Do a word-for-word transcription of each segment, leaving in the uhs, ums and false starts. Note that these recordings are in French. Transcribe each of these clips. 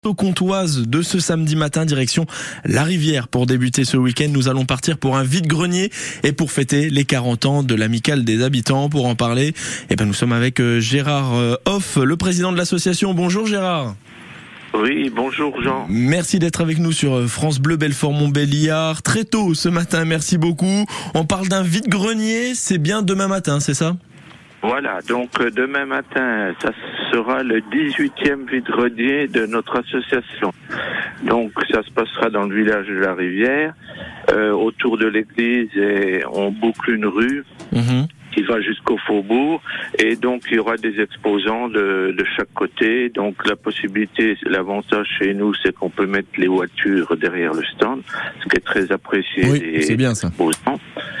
Au Comtoise de ce samedi matin, direction La Rivière. Pour débuter ce week-end, nous allons partir pour un vide-grenier et pour fêter les quarante ans de l'Amicale des habitants. Pour en parler, eh ben, nous sommes avec Gérard Hoff, le président de l'association. Bonjour Gérard. Oui, bonjour Jean. Merci d'être avec nous sur France Bleu Belfort-Montbéliard. Très tôt ce matin, merci beaucoup. On parle d'un vide-grenier, c'est bien demain matin, c'est ça ? Voilà, donc demain matin, ça sera le dix-huitième vide-grenier de notre association. Donc ça se passera dans le village de La Rivière, euh, autour de l'église, et on boucle une rue mmh. qui va jusqu'au faubourg, et donc il y aura des exposants de, de chaque côté. Donc la possibilité, l'avantage chez nous, c'est qu'on peut mettre les voitures derrière le stand, ce qui est très apprécié oui, des c'est bien ça. exposants.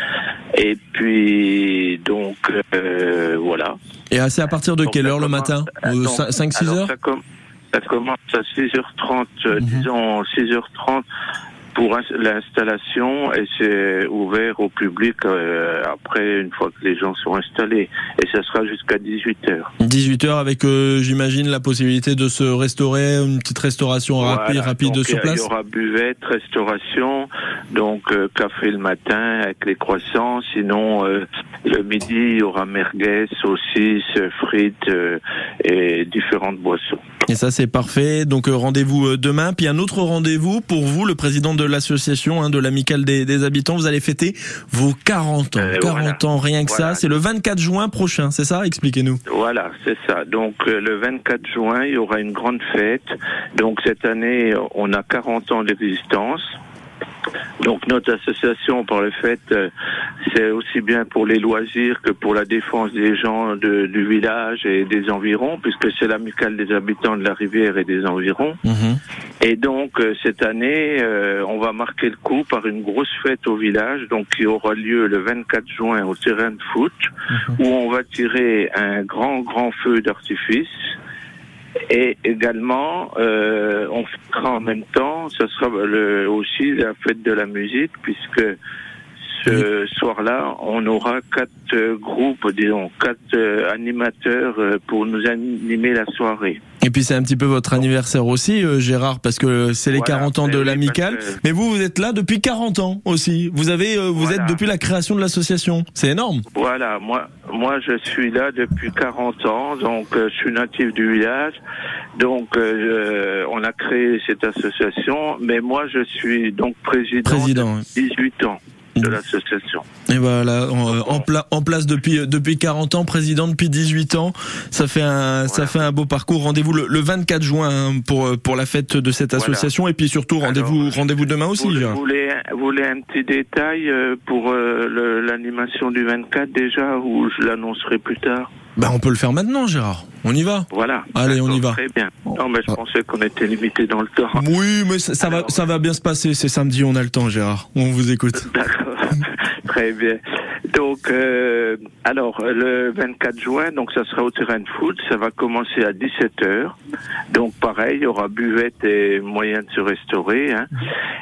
Et puis, donc, euh, voilà. Et c'est à partir de donc, quelle heure le matin ? cinq six heures ? ça, com- ça commence à six heures trente, mmh. disons six heures trente pour l'installation, et c'est ouvert au public euh, après, une fois que les gens sont installés. Et ça sera jusqu'à dix-huit heures. dix-huit heures avec, euh, j'imagine, la possibilité de se restaurer, une petite restauration voilà, rapide, rapide donc, sur place. Il y aura buvette, restauration, donc euh, café le matin avec les croissants. Sinon, euh, le midi, il y aura merguez, saucisses, frites euh, et différentes boissons. Et ça, c'est parfait. Donc, euh, rendez-vous demain. Puis un autre rendez-vous pour vous, le président de l'association, hein, de l'Amicale des, des habitants. Vous allez fêter vos quarante ans. Euh, quarante voilà. ans, rien que voilà. ça. C'est le vingt-quatre juin prochain, c'est ça ? Expliquez-nous. Voilà, c'est ça. Donc, euh, le vingt-quatre juin, il y aura une grande fête. Donc, cette année, on a quarante ans d'existence. Donc notre association, par le fait, euh, c'est aussi bien pour les loisirs que pour la défense des gens de, du village et des environs, puisque c'est l'amicale des habitants de La Rivière et des environs. Mmh. Et donc euh, cette année, euh, on va marquer le coup par une grosse fête au village, donc qui aura lieu le vingt-quatre juin au terrain de foot, mmh. où on va tirer un grand grand feu d'artifice. Et également, euh, on fera en même temps, ce sera le, aussi la fête de la musique, puisque ce oui. soir-là, on aura quatre euh, groupes, disons, quatre euh, animateurs euh, pour nous animer la soirée. Et puis c'est un petit peu votre anniversaire aussi, euh, Gérard, parce que c'est les voilà, quarante ans de oui, l'amicale. Que... Mais vous, vous êtes là depuis quarante ans aussi. Vous avez, euh, vous voilà. êtes depuis la création de l'association. C'est énorme. Voilà, moi, moi je suis là depuis quarante ans, donc euh, je suis natif du village. Donc euh, on a créé cette association, mais moi je suis donc président, président depuis dix-huit ans. De l'association. Et voilà, en, en, pla- en place depuis depuis quarante ans, président depuis dix-huit ans. Ça fait un voilà. ça fait un beau parcours. Rendez-vous le, le vingt-quatre juin hein, pour pour la fête de cette association voilà. Et puis surtout rendez-vous Alors, rendez-vous demain aussi. Vous, vous voulez vous voulez un petit détail pour euh, le, l'animation du vingt-quatre déjà, ou je l'annoncerai plus tard? Ben on peut le faire maintenant, Gérard. On y va. Voilà. Allez, on y va. Très bien. Non, mais je pensais qu'on était limité dans le temps. Oui, mais ça, ça Alors, va, ça va bien se passer. C'est samedi, on a le temps, Gérard. On vous écoute. D'accord. Très bien. Donc, euh, alors, le vingt-quatre juin, donc ça sera au terrain de foot. Ça va commencer à dix-sept heures. Donc, pareil, il y aura buvette et moyen de se restaurer. Hein.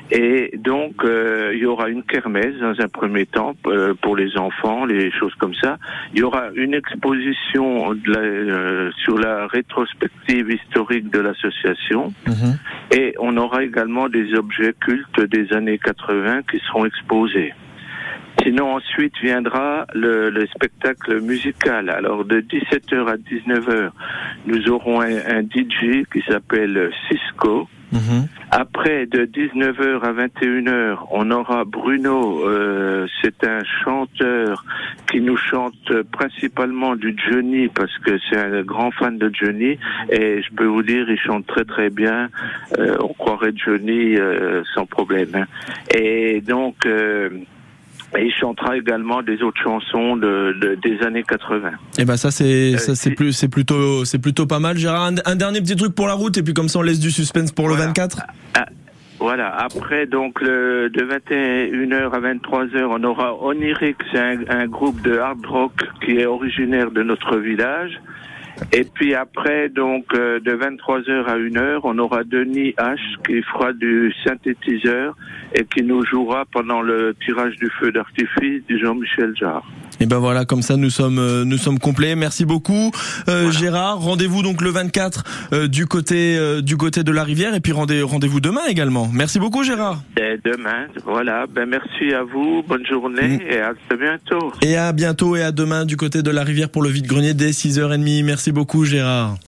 Et donc, euh, il y aura une kermesse dans un premier temps euh, pour les enfants, les choses comme ça. Il y aura une exposition de la, euh, sur la rétrospective historique de l'association. Mmh. Et on aura également des objets cultes des années quatre-vingts qui seront exposés. Sinon, ensuite viendra le, le spectacle musical. Alors, de dix-sept heures à dix-neuf heures, nous aurons un, un D J qui s'appelle Cisco. Mmh. Après, de dix-neuf heures à vingt et une heures, on aura Bruno. Euh, c'est un chanteur qui nous chante principalement du Johnny, parce que c'est un grand fan de Johnny. Et je peux vous dire, il chante très très bien. Euh, on croirait Johnny euh, sans problème. Hein. Et donc... Euh, Et il chantera également des autres chansons de, de des années quatre-vingts. Et ben ça c'est euh, ça c'est si... plus c'est plutôt c'est plutôt pas mal, Gérard. Un, un dernier petit truc pour la route et puis comme ça on laisse du suspense pour voilà. le vingt-quatre. Ah, voilà. Après donc le de vingt et une heures à vingt-trois heures, on aura Oniric, c'est un, un groupe de hard rock qui est originaire de notre village. Et puis après, donc, euh, de vingt-trois heures à une heure, on aura Denis H qui fera du synthétiseur et qui nous jouera pendant le tirage du feu d'artifice du Jean-Michel Jarre. Et ben voilà, comme ça nous sommes euh, nous sommes complets. Merci beaucoup euh, voilà. Gérard. Rendez-vous donc le vingt-quatre euh, du côté euh, du côté de la rivière et puis rendez rendez-vous demain également. Merci beaucoup Gérard. Et demain, voilà. Ben merci à vous. Bonne journée mmh. et à très bientôt. Et à bientôt et à demain du côté de la rivière pour le vide-grenier dès six heures trente. Merci beaucoup Gérard.